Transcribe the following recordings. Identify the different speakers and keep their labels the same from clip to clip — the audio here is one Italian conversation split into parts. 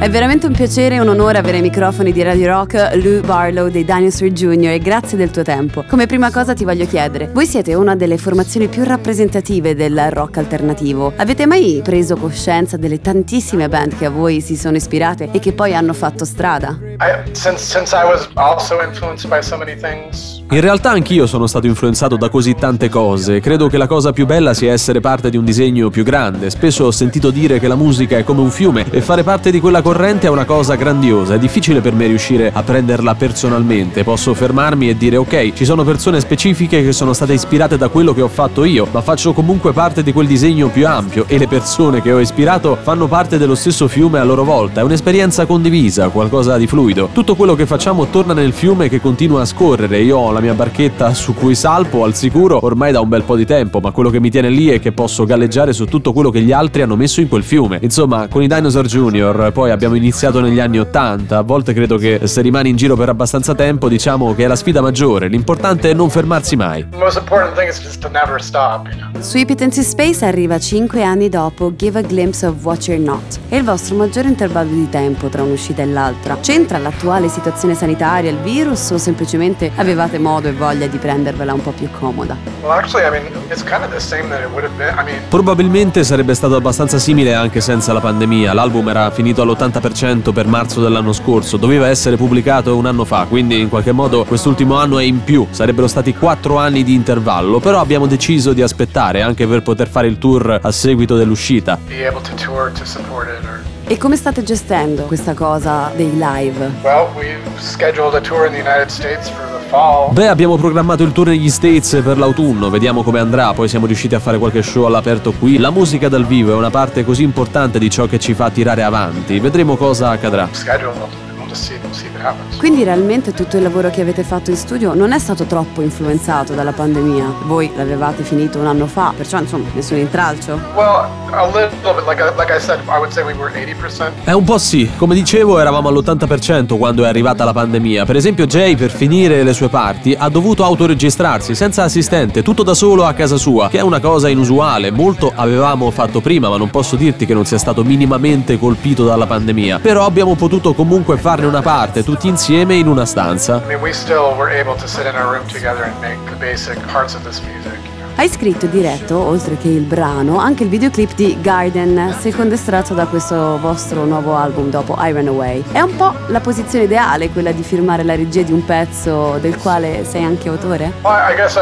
Speaker 1: È veramente un piacere e un onore avere ai microfoni di Radio Rock Lou Barlow dei Dinosaur Jr. e grazie del tuo tempo. Come prima cosa ti voglio chiedere, voi siete una delle formazioni più rappresentative del rock alternativo. Avete mai preso coscienza delle tantissime band che a voi si sono ispirate e che poi hanno fatto strada?
Speaker 2: Since I was also influenced by so many things.
Speaker 3: In realtà anch'io sono stato influenzato da così tante cose. Credo che la cosa più bella sia essere parte di un disegno più grande. Spesso ho sentito dire che la musica è come un fiume e fare parte di quella corrente è una cosa grandiosa. È difficile per me riuscire a prenderla personalmente. Posso fermarmi e dire ok, ci sono persone specifiche che sono state ispirate da quello che ho fatto io, ma faccio comunque parte di quel disegno più ampio e le persone che ho ispirato fanno parte dello stesso fiume a loro volta. È un'esperienza condivisa, qualcosa di fluido. Tutto quello che facciamo torna nel fiume che continua a scorrere. Io ho la mia barchetta su cui salpo al sicuro ormai da un bel po' di tempo, ma quello che mi tiene lì è che posso galleggiare su tutto quello che gli altri hanno messo in quel fiume. Insomma, con i Dinosaur Jr. poi abbiamo iniziato negli anni '80. A volte credo che se rimani in giro per abbastanza tempo, diciamo che è la sfida maggiore. L'importante è non fermarsi mai.
Speaker 2: The most important thing is just to never stop, you know.
Speaker 1: Sweet Into Space arriva 5 anni dopo Give a Glimpse of What You're Not. È il vostro maggiore intervallo di tempo tra un'uscita e l'altra. C'entra l'attuale situazione sanitaria, il virus, o semplicemente avevate modo e voglia di prendervela un po' più comoda?
Speaker 2: Well, actually, I mean, it's kind of the same that it would have been. I mean,
Speaker 3: Probabilmente sarebbe stato abbastanza simile anche senza la pandemia. L'album era finito all'80% per marzo dell'anno scorso, doveva essere pubblicato un anno fa, quindi in qualche modo quest'ultimo anno è in più. Sarebbero stati 4 anni di intervallo, però abbiamo deciso di aspettare anche per poter fare il tour a seguito dell'uscita.
Speaker 2: be able to tour to support it or.
Speaker 1: E come state gestendo questa cosa dei live?
Speaker 2: Well, we've scheduled a tour in the United States for the fall.
Speaker 3: Beh, abbiamo programmato il tour negli States per l'autunno, vediamo come andrà, poi siamo riusciti a fare qualche show all'aperto qui. La musica dal vivo è una parte così importante di ciò che ci fa tirare avanti, vedremo cosa accadrà.
Speaker 2: Scheduled. We'll just see if it happens.
Speaker 1: Quindi realmente tutto il lavoro che avete fatto in studio non è stato troppo influenzato dalla pandemia. Voi l'avevate finito un anno fa, perciò insomma nessun intralcio?
Speaker 2: Well, a little bit. Like I said, I would say we were 80%.
Speaker 3: Un po' sì, come dicevo eravamo all'80% quando è arrivata la pandemia. Per esempio Jay, per finire le sue parti, ha dovuto autoregistrarsi senza assistente, tutto da solo a casa sua, che è una cosa inusuale. Molto avevamo fatto prima, ma non posso dirti che non sia stato minimamente colpito dalla pandemia. Però abbiamo potuto comunque farne una parte tutti insieme in una stanza.
Speaker 2: I mean, we still were able to sit in a room together and make the basic parts of this music.
Speaker 1: Hai scritto e diretto, oltre che il brano, anche il videoclip di Garden, secondo estratto da questo vostro nuovo album dopo I Ran Away. È un po' la posizione ideale quella di firmare la regia di un pezzo del quale sei anche autore?
Speaker 2: Well, I guess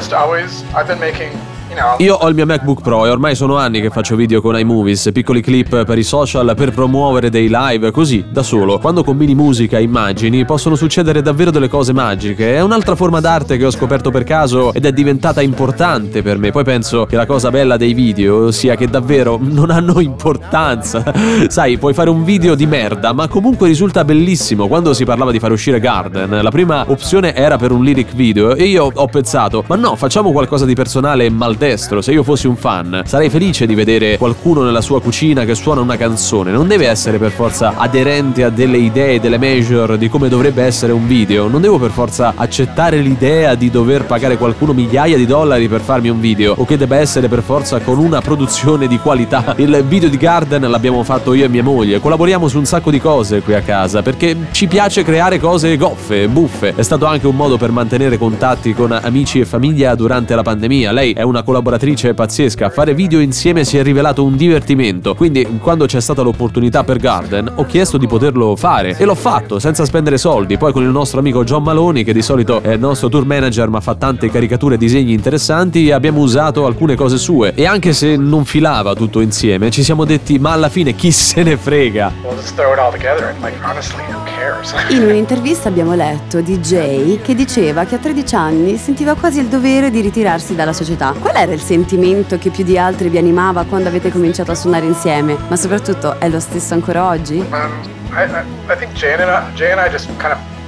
Speaker 2: I've been making, you know.
Speaker 3: Io ho il mio MacBook Pro e ormai sono anni che faccio video con iMovies, piccoli clip per i social per promuovere dei live, così, da solo. Quando combini musica e immagini possono succedere davvero delle cose magiche. È un'altra forma d'arte che ho scoperto per caso ed è diventata importante per me. Poi penso che la cosa bella dei video sia che davvero non hanno importanza. Sai, puoi fare un video di merda, ma comunque risulta bellissimo. Quando si parlava di fare uscire Garden, la prima opzione era per un lyric video e io ho pensato, ma no, facciamo qualcosa di personale e maldestro. Se io fossi un fan, sarei felice di vedere qualcuno nella sua cucina che suona una canzone. Non deve essere per forza aderente a delle idee, delle measure di come dovrebbe essere un video. Non devo per forza accettare l'idea di dover pagare qualcuno migliaia di dollari per farmi un video, o che debba essere per forza con una produzione di qualità. Il video di Garden l'abbiamo fatto io e mia moglie. Collaboriamo su un sacco di cose qui a casa perché ci piace creare cose goffe, buffe. È stato anche un modo per mantenere contatti con amici e famiglia durante la pandemia. Lei è una collaboratrice pazzesca, fare video insieme si è rivelato un divertimento, quindi quando c'è stata l'opportunità per Garden ho chiesto di poterlo fare e l'ho fatto senza spendere soldi. Poi con il nostro amico John Maloney, che di solito è il nostro tour manager ma fa tante caricature e disegni interessanti, abbiamo usato alcune cose sue e anche se non filava tutto insieme ci siamo detti ma alla fine chi se ne frega.
Speaker 2: We'll just throw it all together and, like, honestly, who cares?
Speaker 1: In un'intervista abbiamo letto di Jay che diceva che a 13 anni sentiva quasi il dovere di ritirarsi dalla società. Qual era il sentimento che più di altri vi animava quando avete cominciato a suonare insieme? Ma soprattutto è lo stesso ancora oggi?
Speaker 2: I think Jay and I just kind of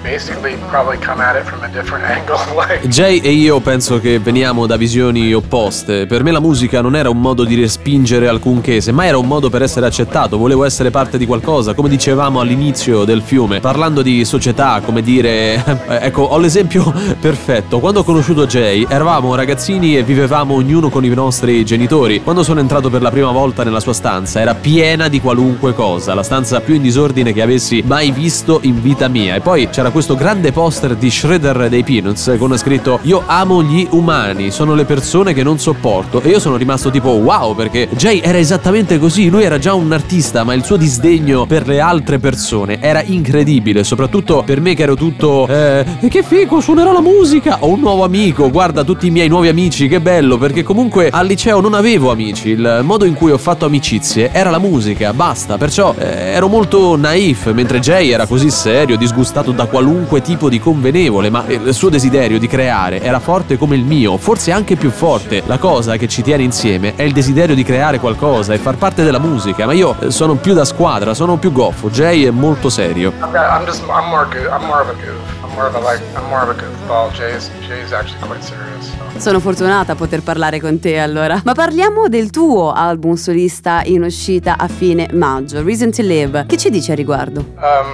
Speaker 2: basically probably come at it from a different angle. Like,
Speaker 3: Jay e io penso che veniamo da visioni opposte. Per me la musica non era un modo di respingere alcunché, semmai era un modo per essere accettato. Volevo essere parte di qualcosa, come dicevamo all'inizio del fiume, parlando di società, come dire ecco, ho l'esempio perfetto. Quando ho conosciuto Jay eravamo ragazzini e vivevamo ognuno con i nostri genitori. Quando sono entrato per la prima volta nella sua stanza era piena di qualunque cosa, la stanza più in disordine che avessi mai visto in vita mia. E poi c'era questo grande poster di Shredder dei Peanuts con scritto "Io amo gli umani, sono le persone che non sopporto". E io sono rimasto tipo wow, perché Jay era esattamente così. Lui era già un artista, ma il suo disdegno per le altre persone era incredibile, soprattutto per me che ero tutto che figo, suonerò la musica, ho un nuovo amico, guarda tutti i miei nuovi amici, che bello, perché comunque al liceo non avevo amici, il modo in cui ho fatto amicizie era la musica, basta, perciò ero molto naif, mentre Jay era così serio, disgustato da qualunque tipo di convenevole, ma il suo desiderio di creare era forte come il mio, forse anche più forte. La cosa che ci tiene insieme è il desiderio di creare qualcosa e far parte della musica, ma io sono più da squadra, sono più goffo, Jay è molto serio.
Speaker 2: I'm more good. I'm more of a goof. I'm more of a goofball. Jay's actually quite serious. So.
Speaker 1: Sono fortunata a poter parlare con te allora. Ma parliamo del tuo album solista in uscita a fine maggio, Reason to Live. Che ci dici a riguardo?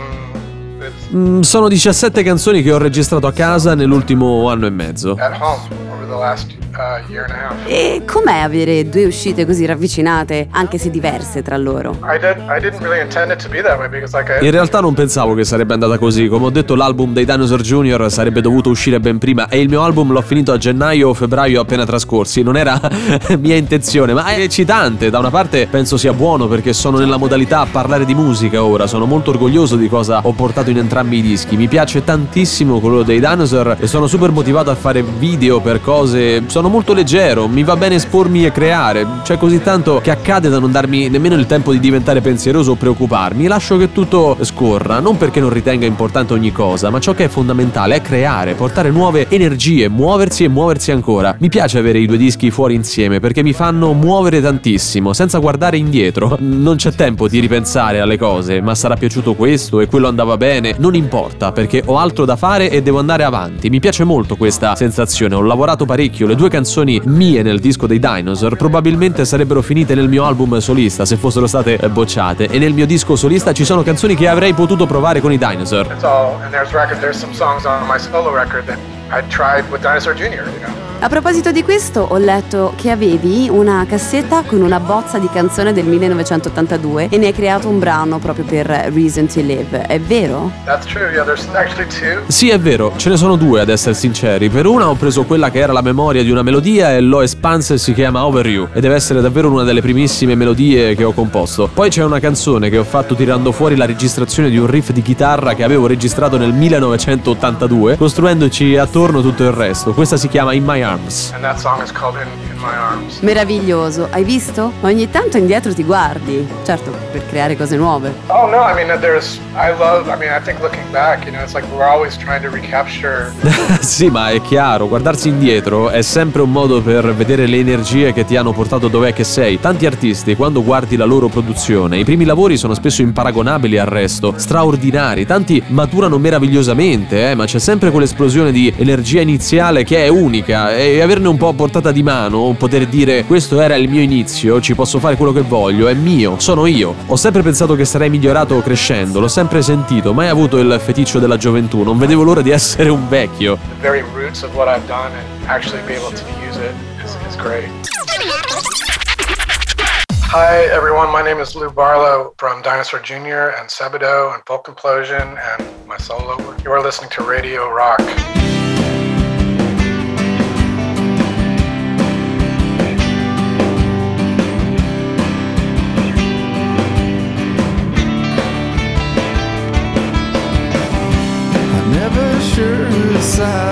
Speaker 3: Sono 17 canzoni che ho registrato a casa nell'ultimo anno e mezzo.
Speaker 2: At home over the last year and a half.
Speaker 1: E com'è avere due uscite così ravvicinate, anche se diverse tra loro?
Speaker 2: I didn't really intend it to be that way because
Speaker 3: In realtà non pensavo che sarebbe andata così. Come ho detto, l'album dei Dinosaur Jr. sarebbe dovuto uscire ben prima e il mio album l'ho finito a gennaio o febbraio appena trascorsi. Non era mia intenzione, ma è eccitante. Da una parte penso sia buono perché sono nella modalità a parlare di musica ora. Sono molto orgoglioso di cosa ho portato in entrambi i dischi. Mi piace tantissimo quello dei Dinosaur e sono super motivato a fare video per cose. Sono molto leggero, mi va bene espormi e creare. C'è così tanto che accade da non darmi nemmeno il tempo di diventare pensieroso o preoccuparmi. Lascio che tutto scorra, non perché non ritenga importante ogni cosa, ma ciò che è fondamentale è creare, portare nuove energie, muoversi e muoversi ancora. Mi piace avere i due dischi fuori insieme perché mi fanno muovere tantissimo, senza guardare indietro. Non c'è tempo di ripensare alle cose, ma sarà piaciuto questo e quello andava bene. Non importa, perché ho altro da fare e devo andare avanti. Mi piace molto questa sensazione, ho lavorato parecchio. Le due canzoni mie nel disco dei Dinosaur probabilmente sarebbero finite nel mio album solista se fossero state bocciate, e nel mio disco solista ci sono canzoni che avrei potuto provare con i Dinosaur.
Speaker 2: it's all. And there's some songs on my solo record that I tried with Dinosaur Jr. You know.
Speaker 1: A proposito di questo, ho letto che avevi una cassetta con una bozza di canzone del 1982 e ne hai creato un brano proprio per Reason to Live. È vero?
Speaker 2: That's true. Yeah, there's actually two.
Speaker 3: Sì, è vero, ce ne sono due ad essere sinceri. Per una ho preso quella che era la memoria di una melodia e l'ho espansa e si chiama Over You, e deve essere davvero una delle primissime melodie che ho composto. Poi c'è una canzone che ho fatto tirando fuori la registrazione di un riff di chitarra che avevo registrato nel 1982, costruendoci attorno tutto il resto. Questa si chiama In My Arms.
Speaker 2: And that song is called In My Arms.
Speaker 1: Meraviglioso, hai visto? Ogni tanto indietro ti guardi, certo, per creare cose nuove.
Speaker 2: Oh no, I mean I think looking back, you know, it's like we're always trying to recapture.
Speaker 3: Sì, ma è chiaro, guardarsi indietro è sempre un modo per vedere le energie che ti hanno portato dov'è che sei. Tanti artisti, quando guardi la loro produzione, i primi lavori sono spesso imparagonabili al resto, straordinari, tanti maturano meravigliosamente, ma c'è sempre quell'esplosione di energia iniziale che è unica, e averne un po' a portata di mano, poter dire questo era il mio inizio, ci posso fare quello che voglio, è mio, sono io. Ho sempre pensato che sarei migliorato crescendo, l'ho sempre sentito, mai avuto il feticcio della gioventù, non vedevo l'ora di essere un vecchio.
Speaker 2: The very roots of what I've done and actually be able to use it is great. Hi everyone, my name is Lou Barlow from Dinosaur Jr. and Sebadoh and Folk Implosion and my solo work. You are listening to Radio Rock.
Speaker 4: Never sure whose side